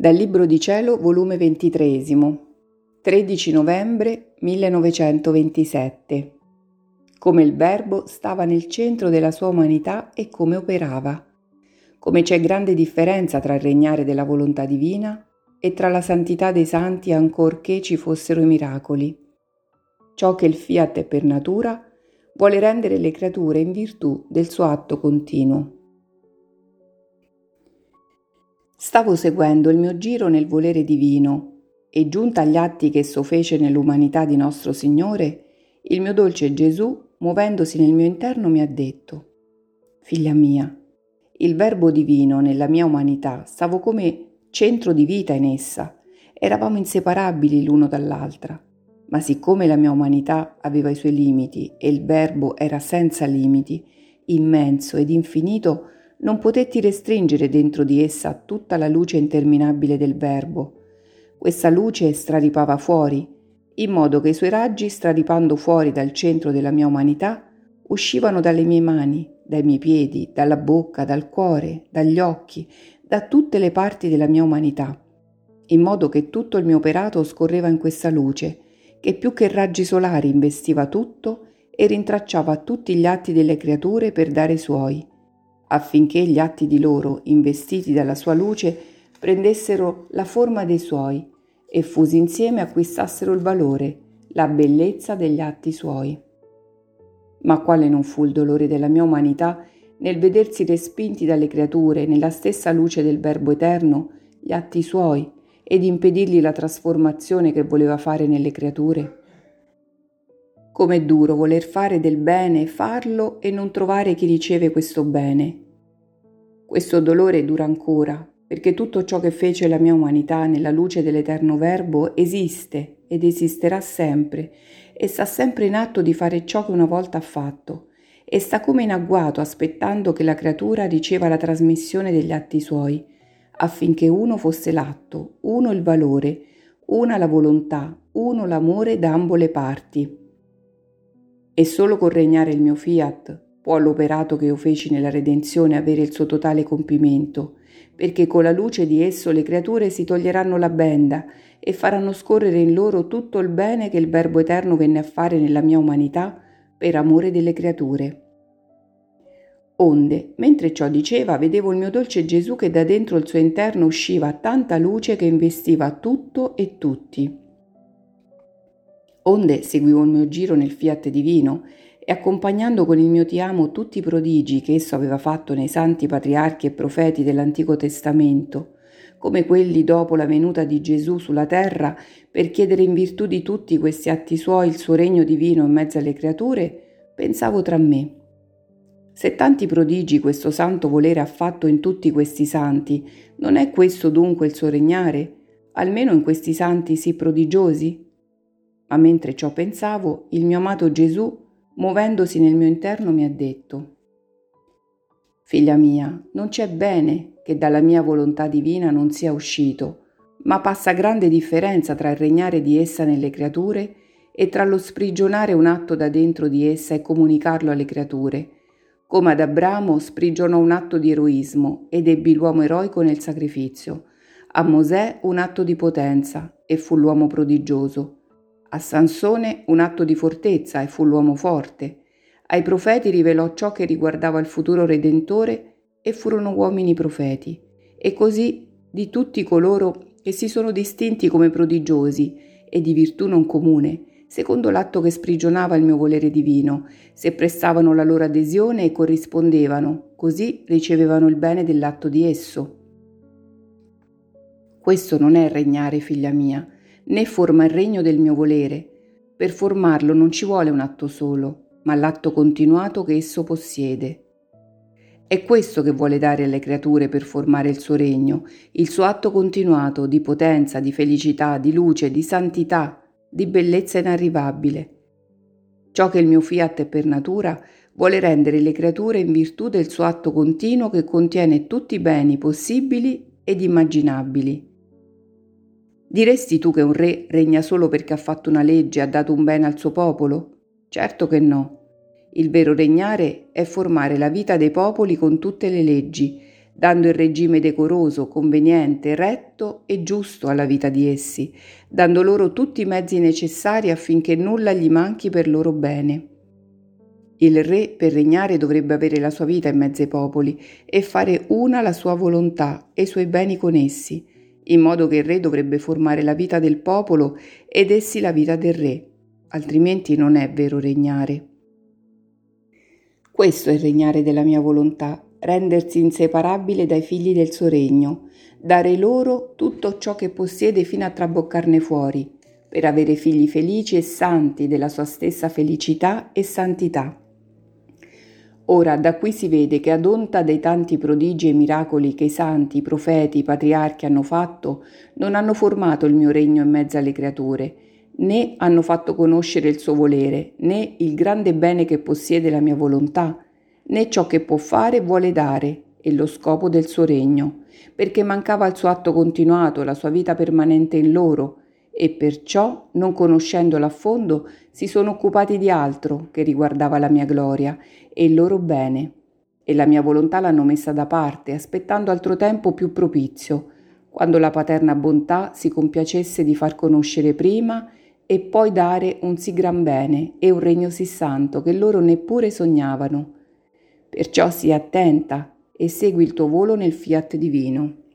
Dal Libro di Cielo, volume 23, 13 novembre 1927. Come il Verbo stava nel centro della sua umanità e come operava. Come c'è grande differenza tra il regnare della volontà divina e tra la santità dei santi ancorché ci fossero i miracoli. Ciò che il fiat è per natura vuole rendere le creature in virtù del suo atto continuo. Stavo seguendo il mio giro nel volere divino e, giunta agli atti che esso fece nell'umanità di nostro Signore, il mio dolce Gesù, muovendosi nel mio interno, mi ha detto: «Figlia mia, il Verbo divino nella mia umanità stavo come centro di vita in essa, eravamo inseparabili l'uno dall'altra, ma siccome la mia umanità aveva i suoi limiti e il Verbo era senza limiti, immenso ed infinito, non potetti restringere dentro di essa tutta la luce interminabile del Verbo. Questa luce straripava fuori, in modo che i suoi raggi, straripando fuori dal centro della mia umanità, uscivano dalle mie mani, dai miei piedi, dalla bocca, dal cuore, dagli occhi, da tutte le parti della mia umanità, in modo che tutto il mio operato scorreva in questa luce, che più che raggi solari investiva tutto e rintracciava tutti gli atti delle creature per dare i suoi, affinché gli atti di loro, investiti dalla sua luce, prendessero la forma dei suoi e fusi insieme acquistassero il valore, la bellezza degli atti suoi. Ma quale non fu il dolore della mia umanità nel vedersi respinti dalle creature nella stessa luce del Verbo eterno, gli atti suoi, ed impedirgli la trasformazione che voleva fare nelle creature? Com'è duro voler fare del bene, farlo e non trovare chi riceve questo bene. Questo dolore dura ancora, perché tutto ciò che fece la mia umanità nella luce dell'eterno Verbo esiste ed esisterà sempre, e sta sempre in atto di fare ciò che una volta ha fatto, e sta come in agguato aspettando che la creatura riceva la trasmissione degli atti suoi, affinché uno fosse l'atto, uno il valore, una la volontà, uno l'amore da ambo le parti. E solo col regnare il mio fiat può l'operato che io feci nella redenzione avere il suo totale compimento, perché con la luce di esso le creature si toglieranno la benda e faranno scorrere in loro tutto il bene che il Verbo eterno venne a fare nella mia umanità per amore delle creature. Onde, mentre ciò diceva, vedevo il mio dolce Gesù che da dentro il suo interno usciva tanta luce che investiva tutto e tutti. Onde seguivo il mio giro nel fiat divino e, accompagnando con il mio ti amo tutti i prodigi che esso aveva fatto nei santi patriarchi e profeti dell'Antico Testamento, come quelli dopo la venuta di Gesù sulla terra per chiedere in virtù di tutti questi atti suoi il suo regno divino in mezzo alle creature, pensavo tra me: se tanti prodigi questo santo volere ha fatto in tutti questi santi, non è questo dunque il suo regnare, almeno in questi santi sì prodigiosi? Ma mentre ciò pensavo, il mio amato Gesù, muovendosi nel mio interno, mi ha detto: «Figlia mia, non c'è bene che dalla mia volontà divina non sia uscito, ma passa grande differenza tra il regnare di essa nelle creature e tra lo sprigionare un atto da dentro di essa e comunicarlo alle creature, come ad Abramo sprigionò un atto di eroismo ed ebbi l'uomo eroico nel sacrificio, a Mosè un atto di potenza e fu l'uomo prodigioso, a Sansone un atto di fortezza e fu l'uomo forte, ai profeti rivelò ciò che riguardava il futuro Redentore e furono uomini profeti, e così di tutti coloro che si sono distinti come prodigiosi e di virtù non comune, secondo l'atto che sprigionava il mio volere divino, se prestavano la loro adesione e corrispondevano, così ricevevano il bene dell'atto di esso. Questo non è regnare, figlia mia, né forma il regno del mio volere. Per formarlo non ci vuole un atto solo, ma l'atto continuato che esso possiede. È questo che vuole dare alle creature per formare il suo regno, il suo atto continuato di potenza, di felicità, di luce, di santità, di bellezza inarrivabile. Ciò che il mio fiat è per natura vuole rendere le creature in virtù del suo atto continuo che contiene tutti i beni possibili ed immaginabili. Diresti tu che un re regna solo perché ha fatto una legge e ha dato un bene al suo popolo? Certo che no. Il vero regnare è formare la vita dei popoli con tutte le leggi, dando il regime decoroso, conveniente, retto e giusto alla vita di essi, dando loro tutti i mezzi necessari affinché nulla gli manchi per loro bene. Il re per regnare dovrebbe avere la sua vita in mezzo ai popoli e fare una la sua volontà e i suoi beni con essi, in modo che il re dovrebbe formare la vita del popolo ed essi la vita del re, altrimenti non è vero regnare. Questo è il regnare della mia volontà, rendersi inseparabile dai figli del suo regno, dare loro tutto ciò che possiede fino a traboccarne fuori, per avere figli felici e santi della sua stessa felicità e santità. Ora da qui si vede che ad onta dei tanti prodigi e miracoli che i santi, i profeti, i patriarchi hanno fatto, non hanno formato il mio regno in mezzo alle creature, né hanno fatto conoscere il suo volere, né il grande bene che possiede la mia volontà, né ciò che può fare e vuole dare, e lo scopo del suo regno, perché mancava il suo atto continuato, la sua vita permanente in loro, e perciò, non conoscendola a fondo, si sono occupati di altro che riguardava la mia gloria e il loro bene, e la mia volontà l'hanno messa da parte, aspettando altro tempo più propizio, quando la paterna bontà si compiacesse di far conoscere prima e poi dare un sì gran bene e un regno sì santo che loro neppure sognavano. Perciò sii attenta e segui il tuo volo nel fiat divino.